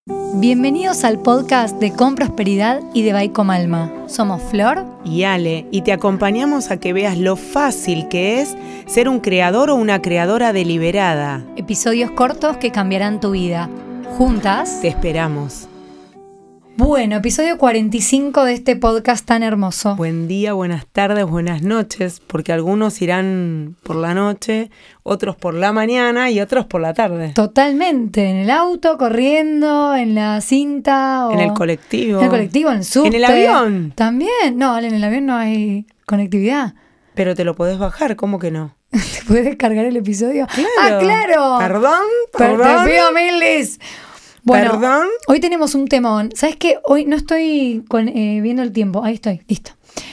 Bienvenidos al podcast de Con Prosperidad y de By Com Alma. Somos Flor y Ale, y te acompañamos a que veas lo fácil que es ser un creador o una creadora deliberada. Episodios cortos que cambiarán tu vida. Juntas te esperamos. Bueno, episodio 45 de este podcast tan hermoso. Buen día, buenas tardes, buenas noches, porque algunos irán por la noche, otros por la mañana y otros por la tarde. Totalmente, en el auto, corriendo, en la cinta. En el colectivo. En el colectivo, en el subte. En el avión. También. No, en el avión no hay conectividad. Pero te lo podés bajar, ¿cómo que no? ¿Te puedes descargar el episodio? Claro. ¡Ah, claro! Perdón. Te pido miles. Bueno, ¿Perdón? Hoy tenemos un temón. ¿Sabes qué? Hoy no estoy viendo el tiempo. Ahí estoy, listo.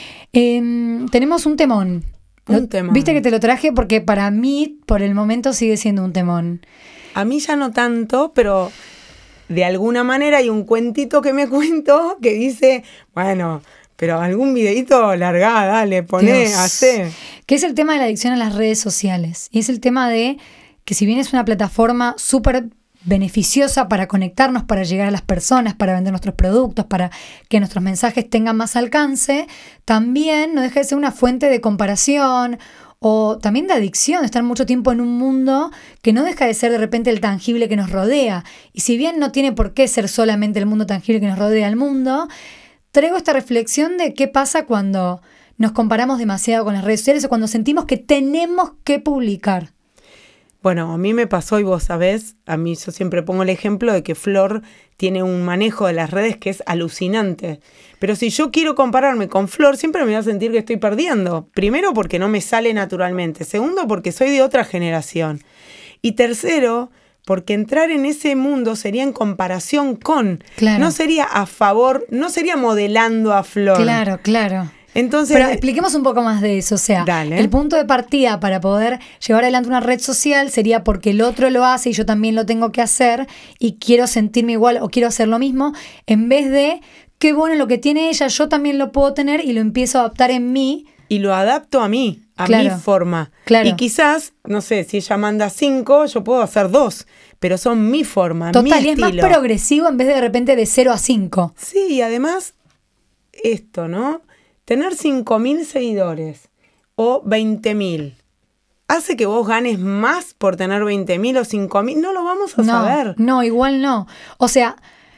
Tenemos un temón. Un temón. Viste que te lo traje porque para mí, por el momento, sigue siendo un temón. A mí ya no tanto, pero de alguna manera hay un cuentito que me cuento que dice, bueno, pero algún videíto largá, dale, poné, hacé. Que es el tema de la adicción a las redes sociales. Y es el tema de que si bien es una plataforma súper beneficiosa para conectarnos, para llegar a las personas, para vender nuestros productos, para que nuestros mensajes tengan más alcance, también no deja de ser una fuente de comparación o también de adicción, de estar mucho tiempo en un mundo que no deja de ser de repente el tangible que nos rodea. Y si bien no tiene por qué ser solamente el mundo tangible que nos rodea el mundo, traigo esta reflexión de qué pasa cuando nos comparamos demasiado con las redes sociales o cuando sentimos que tenemos que publicar. Bueno, a mí me pasó, y vos sabés, yo siempre pongo el ejemplo de que Flor tiene un manejo de las redes que es alucinante. Pero si yo quiero compararme con Flor, siempre me voy a sentir que estoy perdiendo. Primero, porque no me sale naturalmente. Segundo, porque soy de otra generación. Y tercero, porque entrar en ese mundo sería en comparación con. Claro. No sería a favor, no sería modelando a Flor. Claro. Entonces, pero expliquemos un poco más de eso. O sea, dale. El punto de partida para poder llevar adelante una red social sería porque el otro lo hace y yo también lo tengo que hacer y quiero sentirme igual o quiero hacer lo mismo, en vez de qué bueno lo que tiene ella, yo también lo puedo tener y lo empiezo a adaptar en mí. Y lo adapto a mí, a claro, mi forma. Claro. Y quizás, no sé, si ella manda 5, yo puedo hacer 2, pero son mi forma, total, mi estilo. Y es más progresivo en vez de repente de 0 a 5. Sí, y además, esto, ¿no? Tener 5.000 seguidores o 20.000 hace que vos ganes más por tener 20.000 o 5.000. No lo vamos a saber. No, igual no. O sea,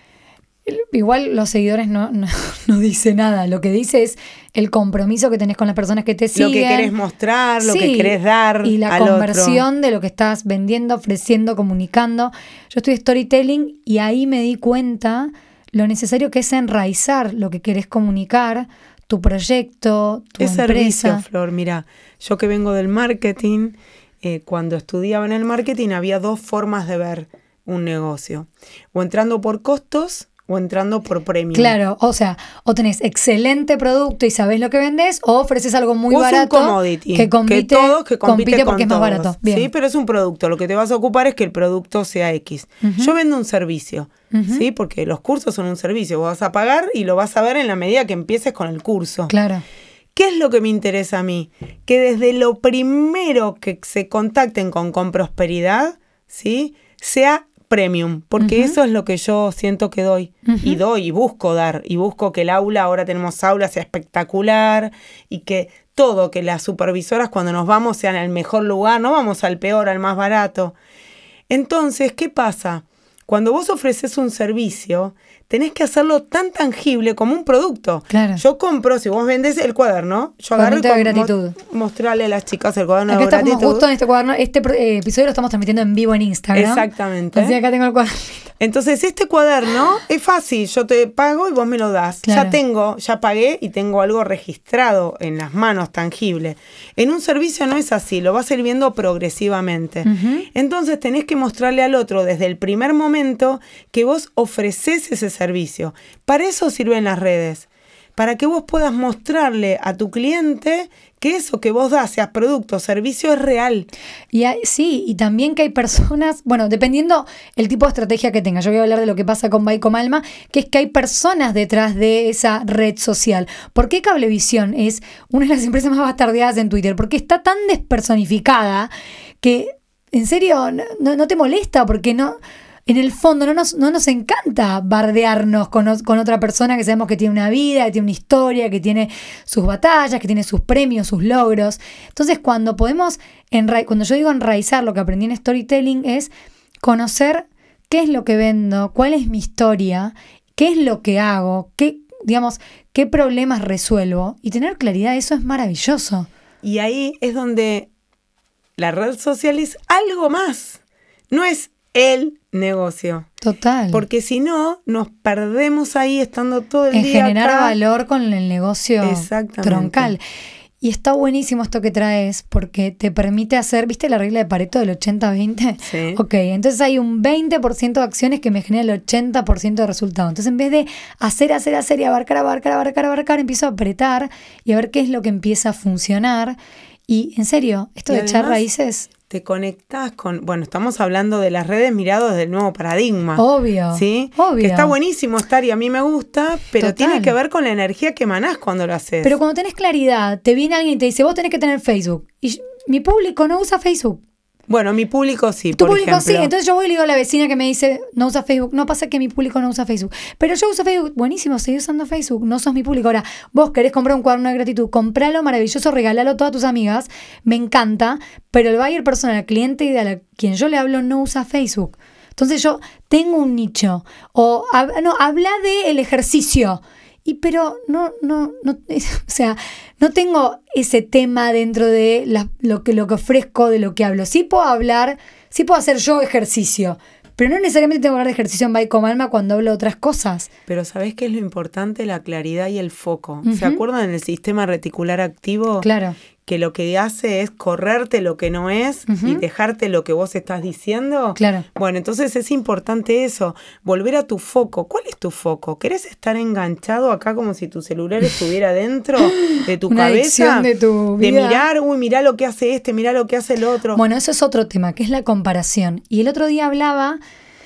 igual los seguidores no dice nada. Lo que dice es el compromiso que tenés con las personas que te siguen. Lo que querés mostrar, lo que querés dar y la al conversión otro. De lo que estás vendiendo, ofreciendo, comunicando. Yo estudié storytelling y ahí me di cuenta lo necesario que es enraizar lo que querés comunicar, tu proyecto, tu es empresa. Servicio, Flor. Mira, yo que vengo del marketing, cuando estudiaba en el marketing había 2 formas de ver un negocio. O entrando por costos o entrando por premium. Claro, o sea, o tenés excelente producto y sabés lo que vendés, o ofreces algo muy barato. Un commodity, que compite compite porque con es más todos. barato. Bien. Sí, pero es un producto. Lo que te vas a ocupar es que el producto sea X. Yo vendo un servicio, ¿sí? Porque los cursos son un servicio. Vos vas a pagar y lo vas a ver en la medida que empieces con el curso. Claro. ¿Qué es lo que me interesa a mí? Que desde lo primero que se contacten con Prosperidad, ¿sí? Sea premium, porque eso es lo que yo siento que doy. Y doy, y busco dar, y busco que el aula, ahora tenemos aula, sea espectacular, y que todo, que las supervisoras cuando nos vamos sean al mejor lugar, no vamos al peor, al más barato. Entonces, ¿qué pasa? Cuando vos ofreces un servicio, tenés que hacerlo tan tangible como un producto. Claro. Yo compro, si vos vendés el cuaderno, yo agarro de gratitud. Mostrarle a las chicas el cuaderno acá de gratitud. Estamos justo en este cuaderno. Este episodio lo estamos transmitiendo en vivo en Instagram. Exactamente. Así que acá tengo el cuaderno. Entonces, este cuaderno es fácil. Yo te pago y vos me lo das. Claro. Ya pagué y tengo algo registrado en las manos, tangible. En un servicio no es así, lo vas a ir viendo progresivamente. Entonces, tenés que mostrarle al otro desde el primer momento que vos ofreces ese servicio. Para eso sirven las redes. Para que vos puedas mostrarle a tu cliente que eso que vos das, sea producto o servicio, es real. Sí, y también que hay personas, bueno, dependiendo el tipo de estrategia que tengas. Yo voy a hablar de lo que pasa con By Com Alma, que es que hay personas detrás de esa red social. ¿Por qué Cablevisión es una de las empresas más bastardeadas en Twitter? Porque está tan despersonificada que, en serio, no te molesta porque no... en el fondo no nos encanta bardearnos con otra persona que sabemos que tiene una vida, que tiene una historia, que tiene sus batallas, que tiene sus premios, sus logros. Entonces, cuando yo digo enraizar, lo que aprendí en storytelling es conocer qué es lo que vendo, cuál es mi historia, qué es lo que hago, qué problemas resuelvo, y tener claridad, eso es maravilloso. Y ahí es donde la red social es algo más, no es el negocio. Total. Porque si no, nos perdemos ahí estando todo el en día generar acá. Valor con el negocio troncal. Y está buenísimo esto que traes, porque te permite hacer, ¿viste la regla de Pareto del 80-20? Sí. Ok, entonces hay un 20% de acciones que me generan el 80% de resultado. Entonces, en vez de hacer y abarcar, empiezo a apretar y a ver qué es lo que empieza a funcionar. Y en serio, esto de echar raíces... Te conectás con... Bueno, estamos hablando de las redes mirado desde el nuevo paradigma. Obvio. ¿Sí? Obvio. Que está buenísimo estar y a mí me gusta, pero Total. Tiene que ver con la energía que emanás cuando lo haces. Pero cuando tenés claridad, te viene alguien y te dice, vos tenés que tener Facebook. Y mi público no usa Facebook. Bueno, mi público sí, Tu por público ejemplo. sí, entonces yo voy y le digo a la vecina que me dice no usa Facebook, no pasa que mi público no usa Facebook, pero yo uso Facebook, buenísimo, seguí usando Facebook, no sos mi público. Ahora, vos querés comprar un cuaderno de gratitud, compralo maravilloso, regalalo a todas tus amigas, me encanta, pero el buyer personal, el cliente ideal a quien yo le hablo no usa Facebook. Entonces yo tengo un nicho, habla del ejercicio. Pero no, o sea, no tengo ese tema dentro de lo que ofrezco, de lo que hablo. Sí puedo hacer yo ejercicio, pero no necesariamente tengo que hablar de ejercicio en By Con Alma cuando hablo de otras cosas. Pero ¿sabés qué es lo importante? La claridad y el foco. ¿Se acuerdan del sistema reticular activo? Claro. Que lo que hace es correrte lo que no es y dejarte lo que vos estás diciendo. Claro. Bueno, entonces es importante eso, volver a tu foco. ¿Cuál es tu foco? ¿Querés estar enganchado acá como si tu celular estuviera dentro de tu Una cabeza? adicción de tu vida. De mirar, mirá lo que hace este, mirá lo que hace el otro. Bueno, eso es otro tema, que es la comparación. Y el otro día hablaba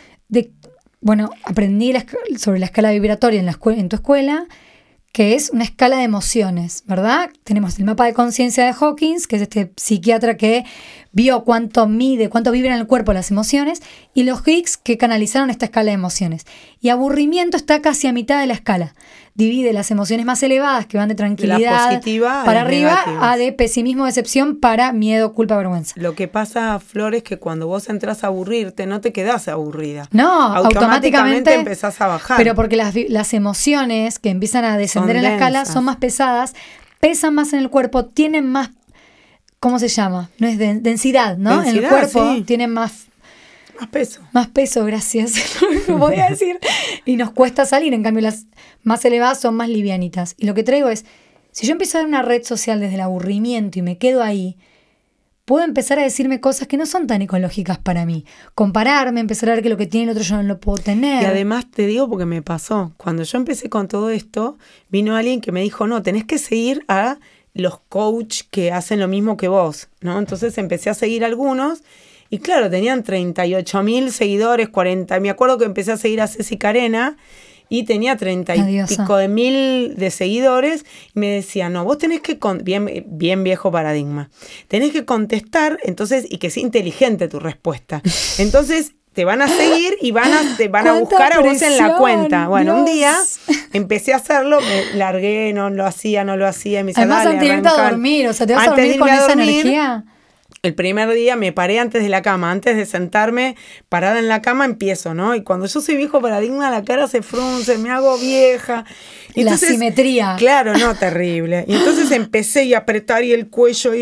aprendí sobre la escala vibratoria en tu escuela, que es una escala de emociones, ¿verdad? Tenemos el mapa de conciencia de Hawkins, que es este psiquiatra que vio cuánto vibran en el cuerpo las emociones, y los Higgs que canalizaron esta escala de emociones. Y aburrimiento está casi a mitad de la escala. Divide las emociones más elevadas, que van de tranquilidad para arriba, a de pesimismo, decepción, para miedo, culpa, vergüenza. Lo que pasa, Flor, es que cuando vos entras a aburrirte, no te quedás aburrida. No, automáticamente empezás a bajar. Pero porque las emociones que empiezan a descender en la escala son más pesadas, pesan más en el cuerpo, tienen más, ¿cómo se llama? No es densidad, ¿no? En el cuerpo tienen más peso. Más peso, gracias. Lo podía decir. Y nos cuesta salir. En cambio, las más elevadas son más livianitas. Y lo que traigo es, si yo empiezo a ver una red social desde el aburrimiento y me quedo ahí, puedo empezar a decirme cosas que no son tan ecológicas para mí. Compararme, empezar a ver que lo que tiene el otro yo no lo puedo tener. Y además te digo porque me pasó. Cuando yo empecé con todo esto, vino alguien que me dijo, no, tenés que seguir a los coach que hacen lo mismo que vos, ¿no? Entonces empecé a seguir algunos. Y claro, tenían 38.000 seguidores, 40. Me acuerdo que empecé a seguir a Ceci Carena y tenía 30 y pico de mil de seguidores. Y me decía, no, vos tenés que, bien viejo paradigma, tenés que contestar, entonces, y que sea inteligente tu respuesta. Entonces, te van a seguir y te van a buscar a vos en la cuenta. Bueno, Dios. Un día empecé a hacerlo, me largué, no lo hacía. Y me además, antes de irte a dormir, o sea, ¿te vas a dormir con esa energía? El primer día me paré antes de la cama, antes de sentarme parada en la cama empiezo, ¿no? Y cuando yo soy viejo paradigma la cara se frunce, me hago vieja. Y entonces, la simetría. Claro, no, terrible. Y entonces empecé a apretar y el cuello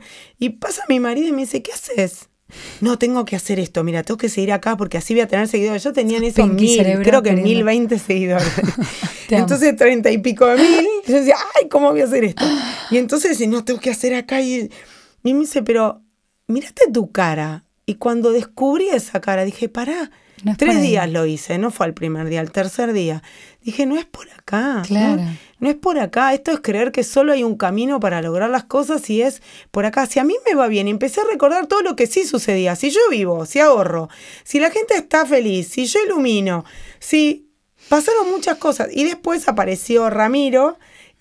y pasa mi marido y me dice, ¿qué haces? No, tengo que hacer esto, mira, tengo que seguir acá porque así voy a tener seguidores. Yo tenía en esos 1000, creo que 1020 seguidores. Entonces 30 y pico de mil. Yo decía, ay, ¿cómo voy a hacer esto? Y entonces, no, tengo que hacer acá y me dice, pero mírate tu cara. Y cuando descubrí esa cara, dije, pará, 3 días lo hice, no fue el primer día, el tercer día. Dije, no es por acá. Claro. No es por acá. Esto es creer que solo hay un camino para lograr las cosas y es por acá. Si a mí me va bien, empecé a recordar todo lo que sí sucedía. Si yo vivo, si ahorro, si la gente está feliz, si yo ilumino, si pasaron muchas cosas. Y después apareció Ramiro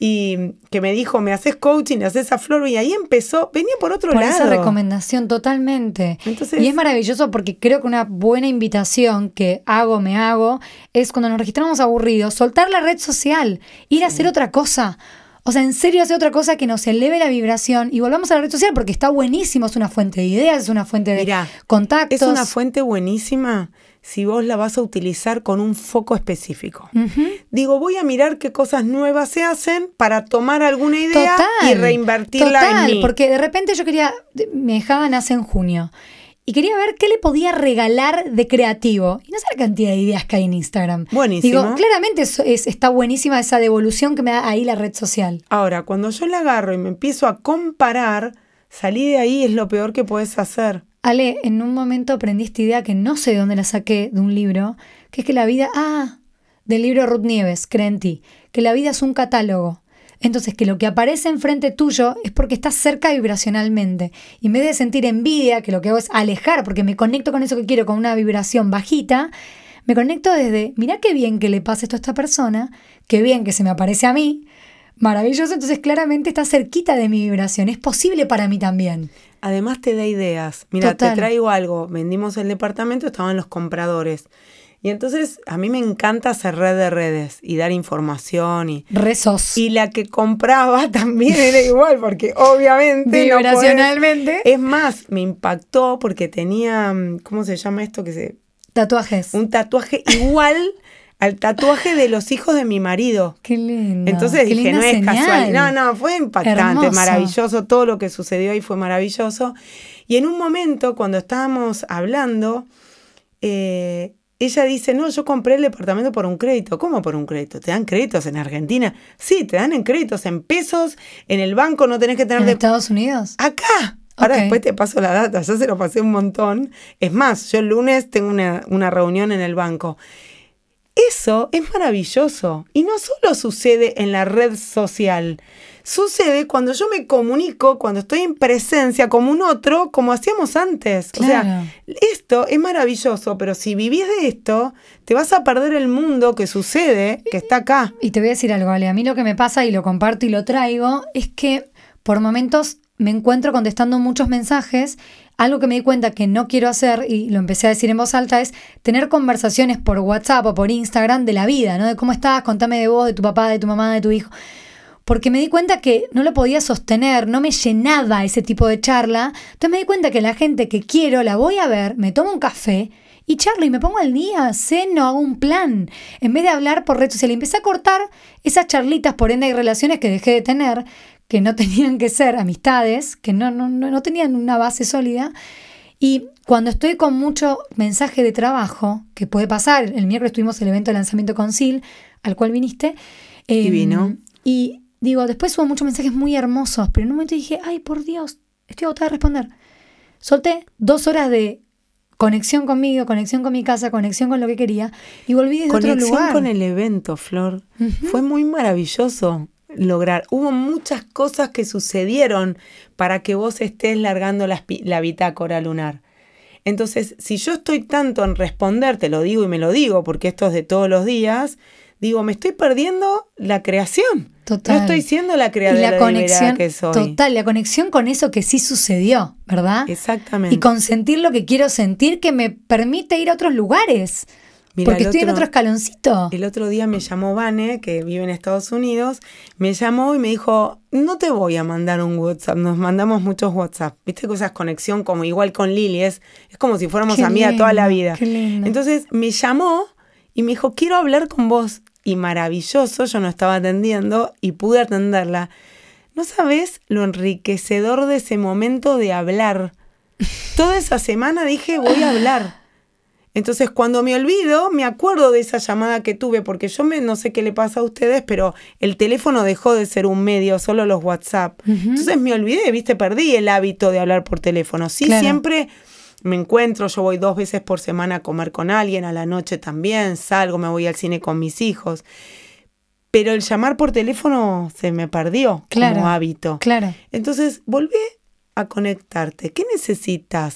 y que me dijo, me haces coaching, me haces a Flor, y ahí empezó, venía por otro lado. Por esa recomendación, totalmente. Entonces, y es maravilloso porque creo que una buena invitación que me hago, es cuando nos registramos aburridos, soltar la red social, ir a hacer otra cosa. O sea, en serio hacer otra cosa que nos eleve la vibración y volvamos a la red social porque está buenísimo, es una fuente de ideas, es una fuente de contactos. Es una fuente buenísima si vos la vas a utilizar con un foco específico. Digo, voy a mirar qué cosas nuevas se hacen para tomar alguna idea y reinvertirla en mí. Porque de repente mi hija nace en junio. Y quería ver qué le podía regalar de creativo. Y no sé la cantidad de ideas que hay en Instagram. Buenísimo. Digo, claramente está buenísima esa devolución que me da ahí la red social. Ahora, cuando yo la agarro y me empiezo a comparar, salir de ahí es lo peor que puedes hacer. Ale, en un momento aprendí esta idea que no sé de dónde la saqué, de un libro, que es que la vida... del libro Ruth Nieves, Cree en ti. Que la vida es un catálogo. Entonces, que lo que aparece enfrente tuyo es porque estás cerca vibracionalmente. Y en vez de sentir envidia, que lo que hago es alejar, porque me conecto con eso que quiero, con una vibración bajita, me conecto desde, mirá qué bien que le pasa esto a esta persona, qué bien que se me aparece a mí, maravilloso. Entonces, claramente está cerquita de mi vibración. Es posible para mí también. Además, te da ideas. Mira, te traigo algo. Vendimos el departamento, estaban los compradores. Y entonces a mí me encanta hacer red de redes y dar información. Rezos. Y la que compraba también era igual, porque obviamente vibracionalmente. Es más, me impactó porque tenía, ¿cómo se llama esto? Tatuajes. Un tatuaje igual al tatuaje de los hijos de mi marido. Qué lindo. Entonces dije, no es casual. No, fue impactante, hermoso. Maravilloso. Todo lo que sucedió ahí fue maravilloso. Y en un momento, cuando estábamos hablando, ella dice, no, yo compré el departamento por un crédito. ¿Cómo por un crédito? ¿Te dan créditos en Argentina? Sí, te dan en créditos, en pesos, en el banco, no tenés que tener... ¿En Estados Unidos? ¡Acá! Ahora después te paso la data, yo se lo pasé un montón. Es más, yo el lunes tengo una reunión en el banco. Eso es maravilloso. Y no solo sucede en la red social. Sucede cuando yo me comunico, cuando estoy en presencia como un otro, como hacíamos antes. Claro. O sea, esto es maravilloso, pero si vivís de esto, te vas a perder el mundo que sucede, que está acá. Y te voy a decir algo, Ale. A mí lo que me pasa, y lo comparto y lo traigo, es que por momentos me encuentro contestando muchos mensajes. Algo que me di cuenta que no quiero hacer, y lo empecé a decir en voz alta, es tener conversaciones por WhatsApp o por Instagram de la vida, ¿no? De cómo estás, contame de vos, de tu papá, de tu mamá, de tu hijo. Porque me di cuenta que no lo podía sostener, no me llenaba ese tipo de charla. Entonces me di cuenta que la gente que quiero la voy a ver, me tomo un café y charlo y me pongo al día, ceno, hago un plan. En vez de hablar por red social, y empecé a cortar esas charlitas, por ende hay relaciones que dejé de tener, que no tenían que ser amistades, que no tenían una base sólida. Y cuando estoy con mucho mensaje de trabajo, que puede pasar, el miércoles tuvimos el evento de lanzamiento con Sil, al cual viniste. Divino. Y digo, después hubo muchos mensajes muy hermosos, pero en un momento dije, ay, por Dios, estoy agotada de responder. Solté 2 horas de conexión conmigo, conexión con mi casa, conexión con lo que quería, y volví desde otro lugar. Conexión con el evento, Flor. Fue muy maravilloso lograr. Hubo muchas cosas que sucedieron para que vos estés largando la bitácora lunar. Entonces, si yo estoy tanto en responder, te lo digo y me lo digo, porque esto es de todos los días, digo, me estoy perdiendo la creación. Total. No estoy siendo la creadora liberada que soy. Total, la conexión con eso que sí sucedió, ¿verdad? Exactamente. Y con sentir lo que quiero sentir, que me permite ir a otros lugares. Mirá, porque estoy en otro escaloncito. El otro día me llamó Vane, que vive en Estados Unidos, me llamó y me dijo, no te voy a mandar un WhatsApp, nos mandamos muchos WhatsApp. Viste que esas conexión como igual con Lili, es como si fuéramos amigas toda la vida. Qué lindo. Entonces me llamó y me dijo, quiero hablar con vos. Y maravilloso, yo no estaba atendiendo y pude atenderla. ¿No sabés lo enriquecedor de ese momento de hablar? Toda esa semana dije, voy a hablar. Entonces, cuando me olvido, me acuerdo de esa llamada que tuve, porque yo no sé qué le pasa a ustedes, pero el teléfono dejó de ser un medio, solo los WhatsApp. Entonces me olvidé, ¿viste? Perdí el hábito de hablar por teléfono. Sí, claro. Siempre me encuentro, yo voy 2 veces por semana a comer con alguien, a la noche también, salgo, me voy al cine con mis hijos. Pero el llamar por teléfono se me perdió como hábito. Claro. Entonces, volví a conectarte. ¿Qué necesitas?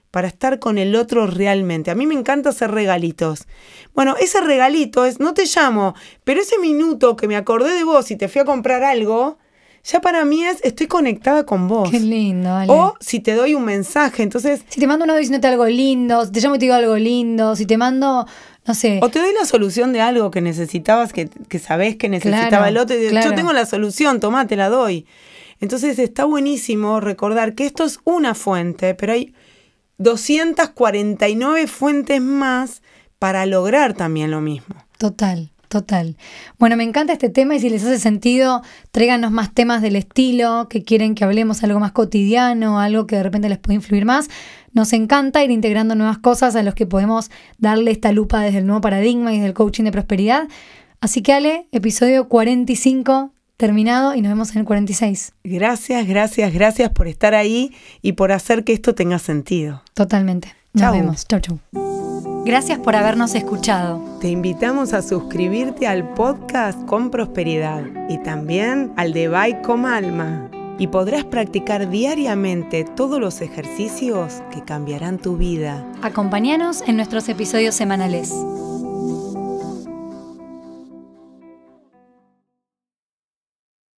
para estar con el otro realmente. A mí me encanta hacer regalitos. Bueno, ese regalito es, no te llamo, pero ese minuto que me acordé de vos y te fui a comprar algo, ya para mí estoy conectada con vos. Qué lindo, Ale. O si te doy un mensaje, entonces... Si te mando un audio diciéndote algo lindo, si te llamo y te digo algo lindo, si te mando, no sé... O te doy la solución de algo que necesitabas, que sabés que necesitaba el otro. Y yo tengo la solución, tomá, te la doy. Entonces está buenísimo recordar que esto es una fuente, pero hay 249 fuentes más para lograr también lo mismo. Total. Bueno, me encanta este tema y si les hace sentido, tráiganos más temas del estilo, que quieren que hablemos algo más cotidiano, algo que de repente les puede influir más. Nos encanta ir integrando nuevas cosas a los que podemos darle esta lupa desde el nuevo paradigma y desde el coaching de prosperidad. Así que Ale, episodio 45 terminado y nos vemos en el 46. Gracias por estar ahí y por hacer que esto tenga sentido. Totalmente. Nos vemos. Chau. Gracias por habernos escuchado. Te invitamos a suscribirte al podcast Con Prosperidad y también al de Bye con Alma. Y podrás practicar diariamente todos los ejercicios que cambiarán tu vida. Acompáñanos en nuestros episodios semanales.